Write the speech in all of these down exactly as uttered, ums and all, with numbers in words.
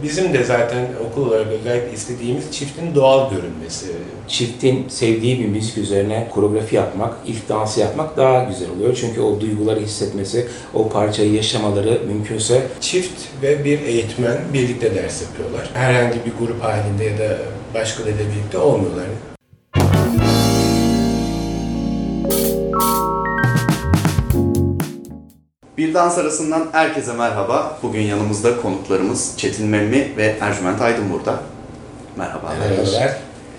Bizim de zaten okul olarak özellikle istediğimiz çiftin doğal görünmesi. Çiftin sevdiği bir müzik üzerine koreografi yapmak, ilk dansı yapmak daha güzel oluyor. Çünkü o duyguları hissetmesi, o parçayı yaşamaları mümkünse. Çift ve bir eğitmen birlikte ders yapıyorlar. Herhangi bir grup halinde ya da başkalarıyla birlikte olmuyorlar. Bir dans arasından herkese merhaba. Bugün yanımızda konuklarımız Çetin Memmi ve Ercüment Aydın burada. Merhaba. Merhabalar.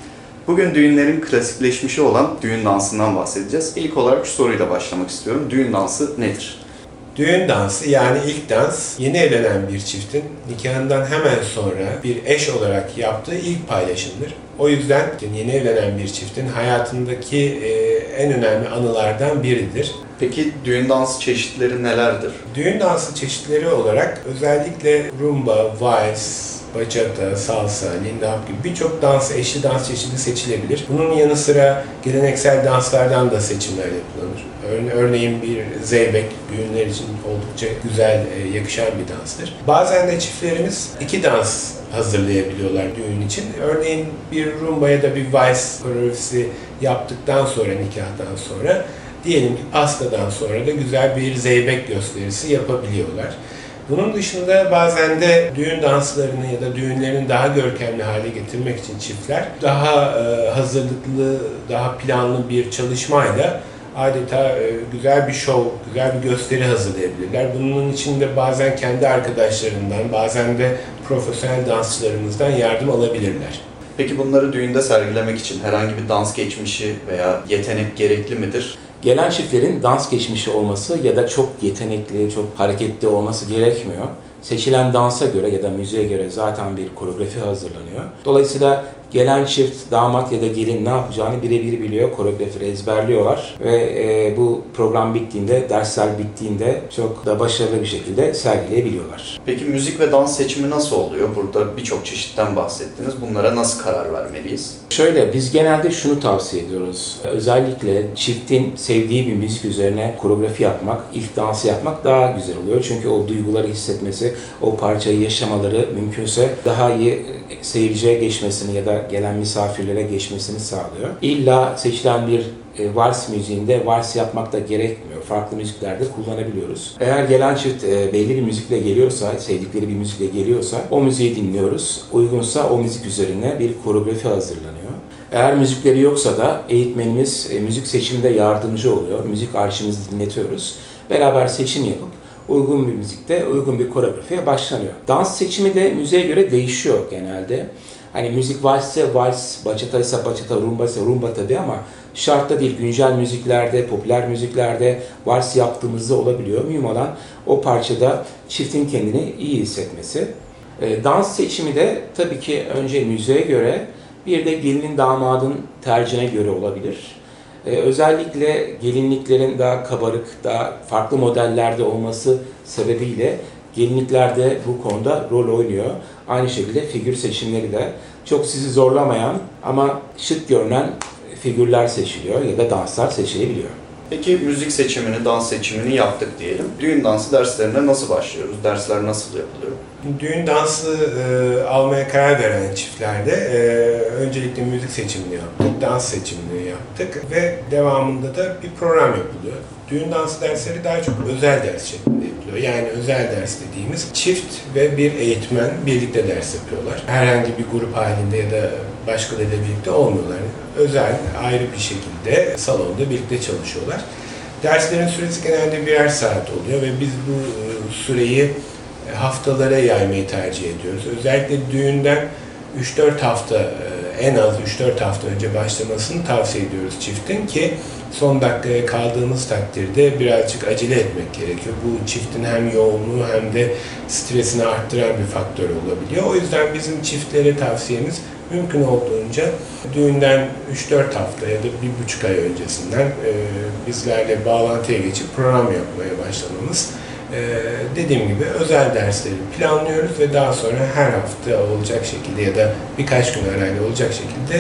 Bugün düğünlerin klasikleşmişi olan düğün dansından bahsedeceğiz. İlk olarak şu soruyla başlamak istiyorum. Düğün dansı nedir? Düğün dansı yani ilk dans, yeni evlenen bir çiftin nikahından hemen sonra bir eş olarak yaptığı ilk paylaşımdır. O yüzden yeni evlenen bir çiftin hayatındaki en önemli anılardan biridir. Peki düğün dansı çeşitleri nelerdir? Düğün dansı çeşitleri olarak özellikle rumba, vals, bachata, salsa, lindy hop gibi birçok dans, eşli dans çeşidi seçilebilir. Bunun yanı sıra geleneksel danslardan da seçimler yapılır. Örneğin bir zeybek düğünler için oldukça güzel, yakışan bir danstır. Bazen de çiftlerimiz iki dans hazırlayabiliyorlar düğün için. Örneğin bir rumba ya da bir vals koreografisi yaptıktan sonra, nikahtan sonra diyelim ki pastadan sonra da güzel bir zeybek gösterisi yapabiliyorlar. Bunun dışında bazen de düğün danslarını ya da düğünlerini daha görkemli hale getirmek için çiftler daha hazırlıklı, daha planlı bir çalışmayla adeta güzel bir şov, güzel bir gösteri hazırlayabilirler. Bunun için de bazen kendi arkadaşlarından, bazen de profesyonel dansçılarımızdan yardım alabilirler. Peki bunları düğünde sergilemek için herhangi bir dans geçmişi veya yetenek gerekli midir? Gelen çiftlerin dans geçmişi olması ya da çok yetenekli, çok hareketli olması gerekmiyor. Seçilen dansa göre ya da müziğe göre zaten bir koreografi hazırlanıyor. Dolayısıyla gelen çift, damat ya da gelin ne yapacağını birebir biliyor, koreografiyi ezberliyorlar ve e, bu program bittiğinde, dersler bittiğinde çok da başarılı bir şekilde sergileyebiliyorlar. Peki müzik ve dans seçimi nasıl oluyor? Burada birçok çeşitten bahsettiniz. Bunlara nasıl karar vermeliyiz? Şöyle, biz genelde şunu tavsiye ediyoruz. Özellikle çiftin sevdiği bir müzik üzerine koreografi yapmak, ilk dansı yapmak daha güzel oluyor. Çünkü o duyguları hissetmesi, o parçayı yaşamaları mümkünse daha iyi seyirciye geçmesini ya da gelen misafirlere geçmesini sağlıyor. İlla seçilen bir e, vals müziğinde vals yapmak da gerekmiyor. Farklı müziklerde kullanabiliyoruz. Eğer gelen çift e, belli bir müzikle geliyorsa, sevdikleri bir müzikle geliyorsa o müziği dinliyoruz. Uygunsa o müzik üzerine bir koreografi hazırlanıyor. Eğer müzikleri yoksa da eğitmenimiz e, müzik seçiminde yardımcı oluyor. Müzik arşivimizi dinletiyoruz. Beraber seçim yapıp uygun bir müzikte, uygun bir koreografiye başlanıyor. Dans seçimi de müziğe göre değişiyor genelde. Hani müzik valsse vals, bachata ise bachata, rumba ise rumba tabii ama şart da değil. Güncel müziklerde, popüler müziklerde vals yaptığımızda olabiliyor. Mühim olan o parçada çiftin kendini iyi hissetmesi. E, dans seçimi de tabii ki önce müziğe göre, bir de gelinin damadın tercihine göre olabilir. Ee, özellikle gelinliklerin daha kabarık, daha farklı modellerde olması sebebiyle gelinlikler de bu konuda rol oynuyor. Aynı şekilde figür seçimleri de çok sizi zorlamayan ama şık görünen figürler seçiliyor ya da danslar seçilebiliyor. Peki müzik seçimini, dans seçimini yaptık diyelim. Düğün dansı derslerine nasıl başlıyoruz? Dersler nasıl yapılıyor? Düğün dansı e, almaya karar veren çiftlerde e, öncelikle müzik seçimini yaptık, dans seçimini yaptık ve devamında da bir program yapılıyor. Düğün dansı dersleri daha çok özel ders şeklinde yapılıyor. Yani özel ders dediğimiz çift ve bir eğitmen birlikte ders yapıyorlar. Herhangi bir grup halinde ya da başkalarıyla birlikte olmuyorlar. Özel, ayrı bir şekilde salonda birlikte çalışıyorlar. Derslerin süresi genelde birer saat oluyor ve biz bu e, süreyi haftalara yaymayı tercih ediyoruz. Özellikle düğünden üç dört hafta, en az üç dört hafta önce başlamasını tavsiye ediyoruz çiftin ki son dakikaya kaldığımız takdirde birazcık acele etmek gerekiyor. Bu çiftin hem yoğunluğu hem de stresini arttıran bir faktör olabiliyor. O yüzden bizim çiftlere tavsiyemiz mümkün olduğunca düğünden üç dört hafta ya da bir buçuk ay öncesinden bizlerle bağlantıya geçip program yapmaya başlamamız. Ee, dediğim gibi özel dersleri planlıyoruz ve daha sonra her hafta olacak şekilde ya da birkaç gün arayla olacak şekilde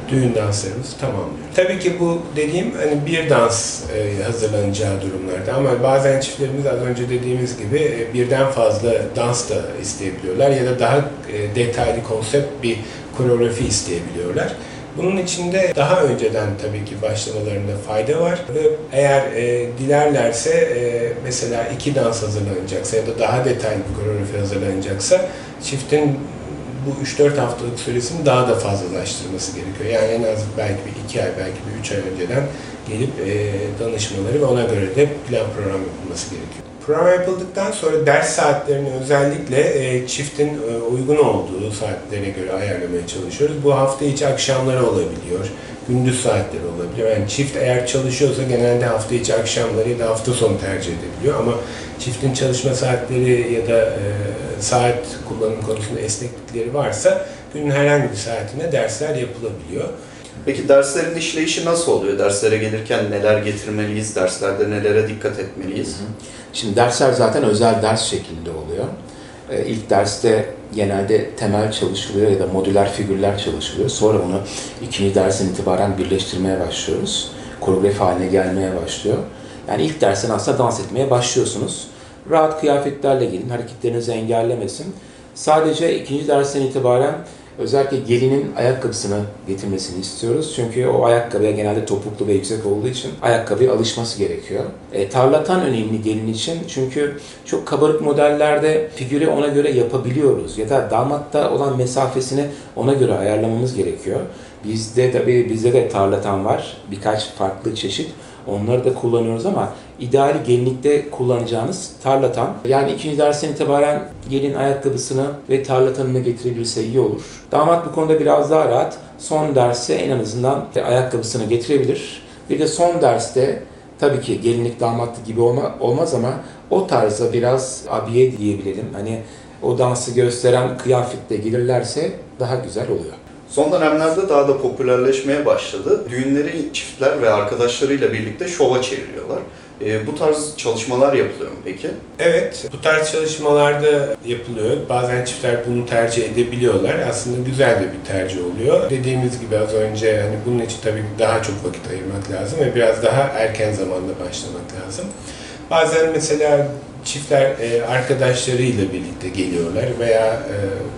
düğün danslarımızı tamamlıyoruz. Tabii ki bu dediğim hani bir dans e, hazırlanacağı durumlarda ama bazen çiftlerimiz az önce dediğimiz gibi e, birden fazla dans da isteyebiliyorlar ya da daha e, detaylı konsept bir koreografi isteyebiliyorlar. Bunun için de daha önceden tabii ki başlamalarında fayda var ve eğer e, dilerlerse e, mesela iki dans hazırlanacaksa ya da daha detaylı bir koreografi hazırlanacaksa çiftin bu üç dört haftalık süresini daha da fazlalaştırması gerekiyor. Yani en az belki bir iki ay, belki bir üç ay önceden gelip e, danışmaları ve ona göre de plan program yapılması gerekiyor. Program yapıldıktan sonra ders saatlerini özellikle e, çiftin e, uygun olduğu saatlere göre ayarlamaya çalışıyoruz. Bu hafta içi akşamları olabiliyor, gündüz saatleri olabiliyor. Yani çift eğer çalışıyorsa genelde hafta içi akşamları ya da hafta sonu tercih edebiliyor. Ama çiftin çalışma saatleri ya da e, saat kullanım konusunda esneklikleri varsa günün herhangi bir saatine dersler yapılabiliyor. Peki derslerin işleyişi nasıl oluyor? Derslere gelirken neler getirmeliyiz? Derslerde nelere dikkat etmeliyiz? Şimdi dersler zaten özel ders şeklinde oluyor. Ee, ilk derste genelde temel çalışılıyor ya da modüler figürler çalışılıyor. Sonra onu ikinci dersten itibaren birleştirmeye başlıyoruz. Koreografi haline gelmeye başlıyor. Yani ilk dersten aslında dans etmeye başlıyorsunuz. Rahat kıyafetlerle gelin, hareketlerinizi engellemesin. Sadece ikinci dersten itibaren özellikle gelinin ayakkabısını getirmesini istiyoruz. Çünkü o ayakkabıya genelde topuklu ve yüksek olduğu için ayakkabıya alışması gerekiyor. E, tarlatan önemli gelin için çünkü çok kabarık modellerde figürü ona göre yapabiliyoruz. Ya da damatta olan mesafesini ona göre ayarlamamız gerekiyor. Bizde tabii bizde de tarlatan var. Birkaç farklı çeşit. Onları da kullanıyoruz ama ideali gelinlikte kullanacağınız tarlatan. Yani ikinci dersten itibaren gelin ayakkabısını ve tarlatanını getirebilirse iyi olur. Damat bu konuda biraz daha rahat. Son derse en azından ayakkabısını getirebilir. Bir de son derste tabii ki gelinlik damatlık gibi olma, olmaz ama o tarza biraz abiye diyebilirim. Hani o dansı gösteren kıyafetle gelirlerse daha güzel oluyor. Son dönemlerde daha da popülerleşmeye başladı. Düğünleri çiftler ve arkadaşlarıyla birlikte şova çeviriyorlar. E, bu tarz çalışmalar yapılıyor mu peki? Evet, bu tarz çalışmalarda yapılıyor. Bazen çiftler bunu tercih edebiliyorlar. Aslında güzel de bir tercih oluyor. Dediğimiz gibi az önce hani bunun için tabii daha çok vakit ayırmak lazım ve biraz daha erken zamanda başlamak lazım. Bazen mesela çiftler e, arkadaşlarıyla birlikte geliyorlar veya e,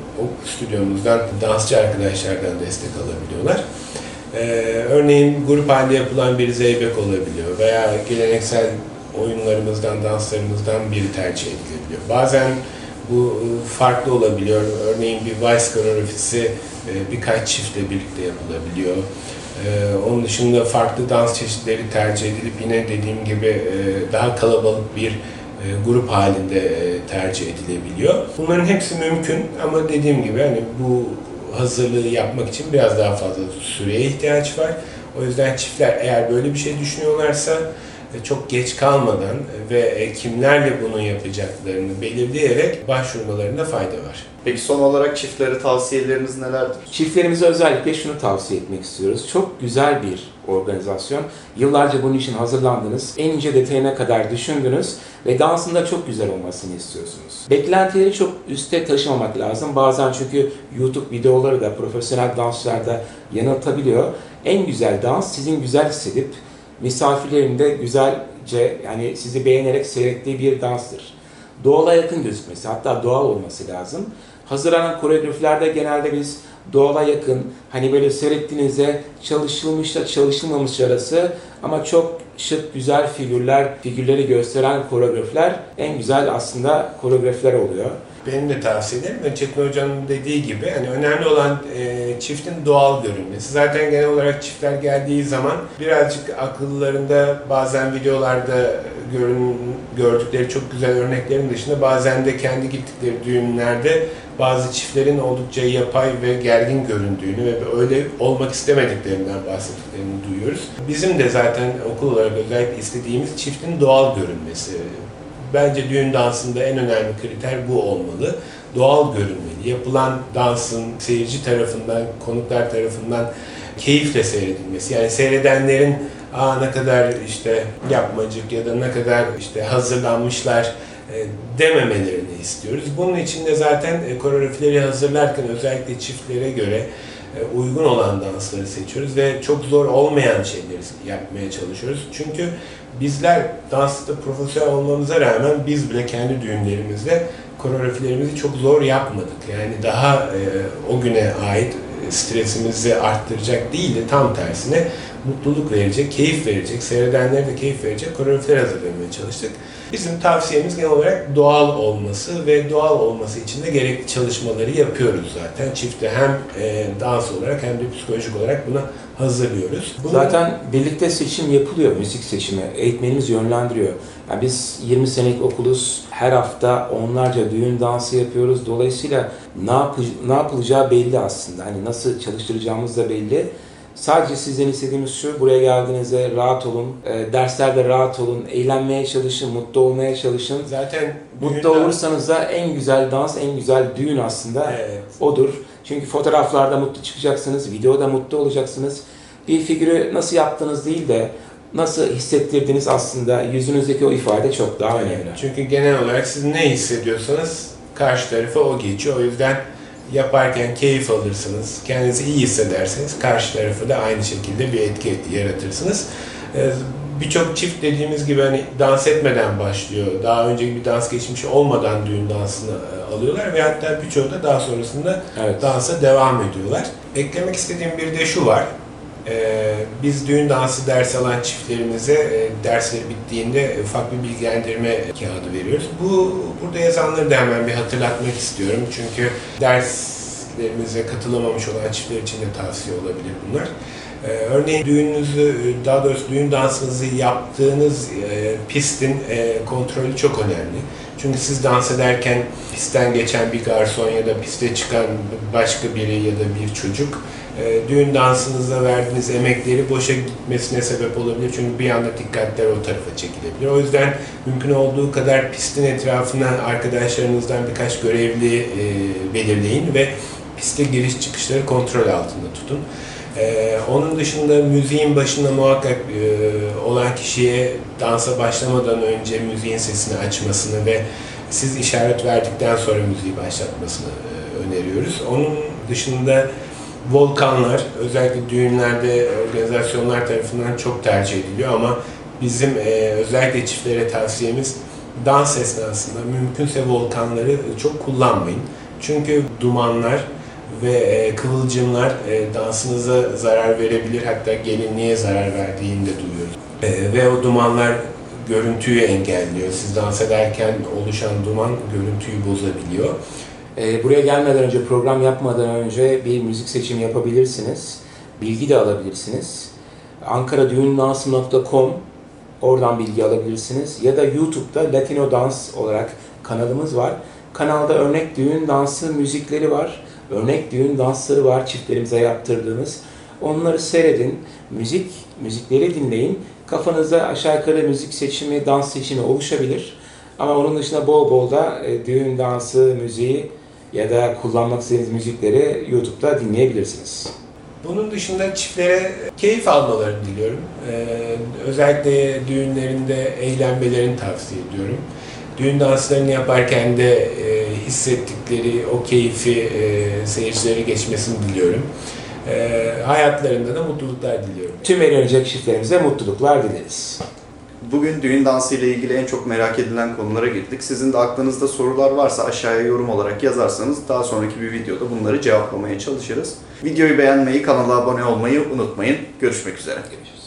o stüdyomuzdan dansçı arkadaşlardan destek alabiliyorlar. Ee, örneğin grup halinde yapılan bir zeybek olabiliyor veya geleneksel oyunlarımızdan, danslarımızdan biri tercih edilebiliyor. Bazen bu farklı olabiliyor. Örneğin bir vals koreografisi birkaç çiftle birlikte yapılabiliyor. Ee, onun dışında farklı dans çeşitleri tercih edilip yine dediğim gibi daha kalabalık bir grup halinde tercih edilebiliyor. Bunların hepsi mümkün ama dediğim gibi hani bu hazırlığı yapmak için biraz daha fazla süreye ihtiyaç var. O yüzden çiftler eğer böyle bir şey düşünüyorlarsa çok geç kalmadan ve kimlerle bunu yapacaklarını belirleyerek başvurmalarında fayda var. Peki son olarak çiftlere tavsiyeleriniz nelerdir? Çiftlerimize özellikle şunu tavsiye etmek istiyoruz. Çok güzel bir organizasyon. Yıllarca bunun için hazırlandınız. En ince detayına kadar düşündünüz ve dansında çok güzel olmasını istiyorsunuz. Beklentileri çok üste taşımamak lazım. Bazen çünkü YouTube videoları da profesyonel dansçılarda yanıltabiliyor. En güzel dans sizin güzel hissedip misafirlerin de güzelce yani sizi beğenerek seyrettiği bir danstır. Doğala yakın gözükmesi, hatta doğal olması lazım. Hazırlanan koreografilerde genelde biz doğala yakın, hani böyle seyrettiğinizde çalışılmışla çalışılmamış arası ama çok şık, güzel figürler, figürleri gösteren koreografiler en güzel aslında koreografiler oluyor. Benim de tavsiyelerim ve Çetin Hoca'nın dediği gibi hani önemli olan e, çiftin doğal görünmesi. Zaten genel olarak çiftler geldiği zaman birazcık akıllarında bazen videolarda görün, gördükleri çok güzel örneklerin dışında bazen de kendi gittikleri düğünlerde bazı çiftlerin oldukça yapay ve gergin göründüğünü ve öyle olmak istemediklerinden bahsettiklerini duyuyoruz. Bizim de zaten okul olarak özellikle istediğimiz çiftin doğal görünmesi. Bence düğün dansında en önemli kriter bu olmalı. Doğal görünmeli. Yapılan dansın seyirci tarafından, konuklar tarafından keyifle seyredilmesi. Yani seyredenlerin aa ne kadar işte yapmacık ya da ne kadar işte hazırlanmışlar e, dememelerini istiyoruz. Bunun için de zaten e, koreografileri hazırlarken özellikle çiftlere göre e, uygun olan dansları seçiyoruz ve çok zor olmayan şeyleri yapmaya çalışıyoruz. Çünkü bizler dansta profesyonel olmamıza rağmen biz bile kendi düğünlerimizde koreografilerimizi çok zor yapmadık. Yani daha e, o güne ait stresimizi arttıracak değil de tam tersine mutluluk verecek, keyif verecek, seyredenlere de keyif verecek koreografiler hazırlamaya çalıştık. Bizim tavsiyemiz genel olarak doğal olması ve doğal olması için de gerekli çalışmaları yapıyoruz zaten. Çifte hem e, dans olarak hem de psikolojik olarak buna hazırlıyoruz. Bunu Zaten birlikte seçim yapılıyor, müzik seçimi. Eğitmenimiz yönlendiriyor. Yani biz yirmi senelik okuluz. Her hafta onlarca düğün dansı yapıyoruz. Dolayısıyla ne, yapı, ne yapılacağı belli aslında. Hani nasıl çalıştıracağımız da belli. Sadece sizden istediğimiz şu, buraya geldiğinizde rahat olun, e, derslerde rahat olun, eğlenmeye çalışın, mutlu olmaya çalışın. zaten Mutlu düğün olursanız da en güzel dans, en güzel düğün aslında Evet. odur. Çünkü fotoğraflarda mutlu çıkacaksınız, videoda mutlu olacaksınız. Bir figürü nasıl yaptığınız değil de nasıl hissettirdiğiniz aslında yüzünüzdeki o ifade çok daha önemli. Çünkü genel olarak siz ne hissediyorsanız karşı tarafa o geçiyor. O yüzden yaparken keyif alırsınız, kendinizi iyi hissederseniz karşı tarafı da aynı şekilde bir etki yaratırsınız. Ee, Birçok çift dediğimiz gibi hani dans etmeden başlıyor. Daha önce bir dans geçmişi olmadan düğün dansını alıyorlar ve hatta birçoğu da daha sonrasında Evet. dansa devam ediyorlar. Eklemek istediğim bir de şu var. Ee, biz düğün dansı ders alan çiftlerimize e, dersleri bittiğinde ufak bir bilgilendirme kağıdı veriyoruz. Bu burada yazanları da hemen bir hatırlatmak istiyorum. Çünkü derslerimize katılamamış olan çiftler için de tavsiye olabilir bunlar. Ee, örneğin düğününüzü, daha doğrusu düğün dansınızı yaptığınız e, pistin e, kontrolü çok önemli. Çünkü siz dans ederken pistten geçen bir garson ya da piste çıkan başka biri ya da bir çocuk e, düğün dansınızda verdiğiniz emekleri boşa gitmesine sebep olabilir. Çünkü bir anda dikkatler o tarafa çekilebilir. O yüzden mümkün olduğu kadar pistin etrafına arkadaşlarınızdan birkaç görevli e, belirleyin ve piste giriş çıkışları kontrol altında tutun. Ee, onun dışında müziğin başında muhakkak e, olan kişiye dansa başlamadan önce müziğin sesini açmasını ve siz işaret verdikten sonra müziği başlatmasını e, öneriyoruz. Onun dışında volkanlar özellikle düğünlerde organizasyonlar tarafından çok tercih ediliyor ama bizim e, özellikle çiftlere tavsiyemiz dans esnasında mümkünse volkanları çok kullanmayın. Çünkü dumanlar ve kıvılcımlar dansınıza zarar verebilir, hatta gelinliğe zarar verdiğini de duyuyoruz. Ve o dumanlar görüntüyü engelliyor. Siz dans ederken oluşan duman görüntüyü bozabiliyor. Buraya gelmeden önce, program yapmadan önce bir müzik seçimi yapabilirsiniz. Bilgi de alabilirsiniz. ankara düğün dansı nokta com oradan bilgi alabilirsiniz. Ya da YouTube'da Latino Dans olarak kanalımız var. Kanalda örnek düğün dansı müzikleri var. Örnek düğün dansları var çiftlerimize yaptırdığımız. Onları seyredin, müzik, müzikleri dinleyin. Kafanızda aşağı yukarı müzik seçimi, dans seçimi oluşabilir. Ama onun dışında bol bol da e, düğün dansı, müziği ya da kullanmak istediğiniz müzikleri YouTube'da dinleyebilirsiniz. Bunun dışında çiftlere keyif almalarını diliyorum. Ee, özellikle düğünlerinde eğlenmelerini tavsiye ediyorum. Düğün danslarını yaparken de e, hissettikleri o keyfi e, seyircilere geçmesini diliyorum. E, hayatlarında da mutluluklar diliyorum. Tüm evlenecek çiftlerimize mutluluklar dileriz. Bugün düğün dansı ile ilgili en çok merak edilen konulara girdik. Sizin de aklınızda sorular varsa aşağıya yorum olarak yazarsanız daha sonraki bir videoda bunları cevaplamaya çalışırız. Videoyu beğenmeyi, kanala abone olmayı unutmayın. Görüşmek üzere. Görüşürüz.